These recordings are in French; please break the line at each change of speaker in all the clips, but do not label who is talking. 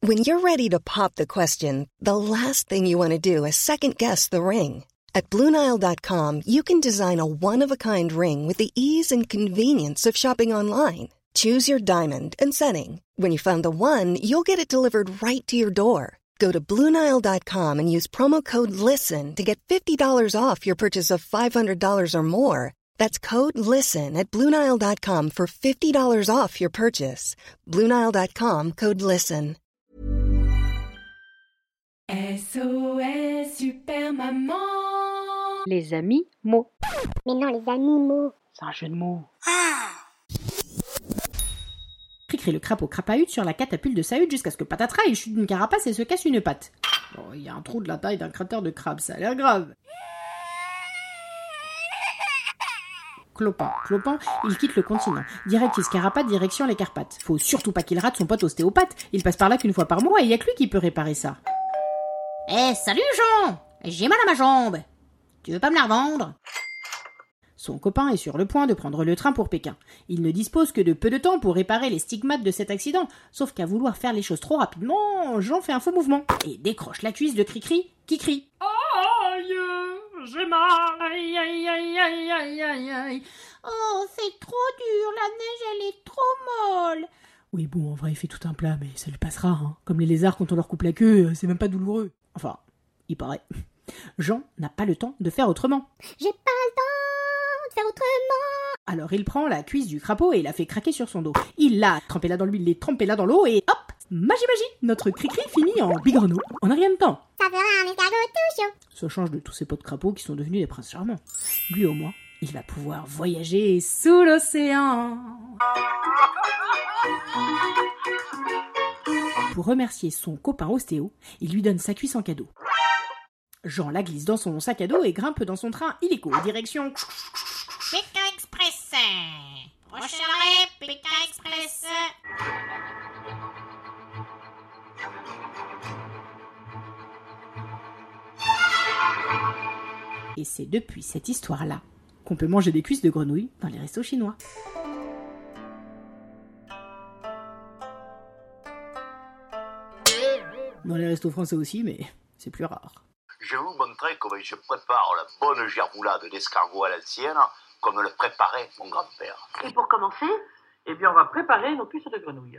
When you're ready to pop the question, the last thing you want to do is second-guess the ring. At BlueNile.com, you can design a one-of-a-kind ring with the ease and convenience of shopping online. Choose your diamond and setting. When you find the one, you'll get it delivered right to your door. Go to BlueNile.com and use promo code LISTEN to get $50 off your purchase of $500 or more. That's code LISTEN at BlueNile.com for $50 off your purchase. BlueNile.com, code LISTEN.
SOS Super Maman.
Les amis mots.
Mais non, les animaux.
C'est un jeu de mots.
Cricri le crapaud crapahute sur la catapulte de sa hutte jusqu'à ce que patatras il chute d'une carapace et se casse une patte. Bon, il y a un trou de la taille d'un cratère de crabe, ça a l'air grave. Clopin, il quitte le continent. Direct il se carapate, direction les Carpates. Faut surtout pas qu'il rate son pote ostéopathe. Il passe par là qu'une fois par mois et y a que lui qui peut réparer ça. Salut Jean! J'ai mal à ma jambe. Tu veux pas me la revendre? Son copain est sur le point de prendre le train pour Pékin. Il ne dispose que de peu de temps pour réparer les stigmates de cet accident, sauf qu'à vouloir faire les choses trop rapidement, Jean fait un faux mouvement et décroche la cuisse de Cricri qui crie. Aïe, j'ai mal, aïe, aïe, aïe, aïe, aïe, aïe, aïe. Oh, c'est trop dur, la neige, elle est trop molle. Oui, bon, en vrai, il fait tout un plat, mais ça lui passera, hein. Comme les lézards, quand on leur coupe la queue, c'est même pas douloureux. Enfin, il paraît. Jean n'a pas le temps de faire autrement.
J'ai pas le temps de faire autrement.
Alors il prend la cuisse du crapaud et la fait craquer sur son dos. Il l'a trempé là dans l'huile, il trempé là dans l'eau et hop, magie, notre Cricri finit en bigorneau en un rien de temps.
Ça fera un escargot tout chaud.
Ça change de tous ses potes crapauds qui sont devenus des princes charmants. Lui au moins, il va pouvoir voyager sous l'océan. Pour remercier son copain ostéo, il lui donne sa cuisse en cadeau. Jean la glisse dans son sac à dos et grimpe dans son train illico, direction
Pékin Express. Prochain arrêt, Pékin Express.
Et c'est depuis cette histoire-là qu'on peut manger des cuisses de grenouille dans les restos chinois. Dans les restos français aussi, mais c'est plus rare.
Je vais vous montrer comment je prépare la bonne gerboulade d'escargot à l'ancienne, comme le préparait mon grand-père.
Et pour commencer, eh bien, on va préparer nos cuisses de grenouille.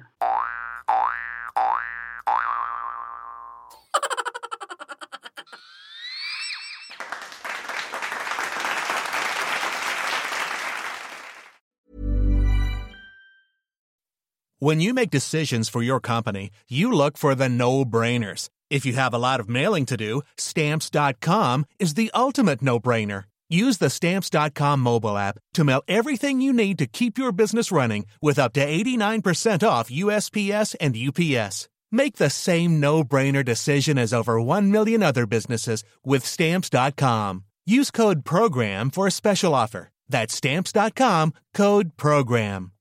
When you make decisions for your company, you look for the no-brainers. If you have a lot of mailing to do, Stamps.com is the ultimate no-brainer. Use the Stamps.com mobile app to mail everything you need to keep your business running with up to 89% off USPS and UPS. Make the same no-brainer decision as over 1 million other businesses with Stamps.com. Use code PROGRAM for a special offer. That's Stamps.com, code PROGRAM.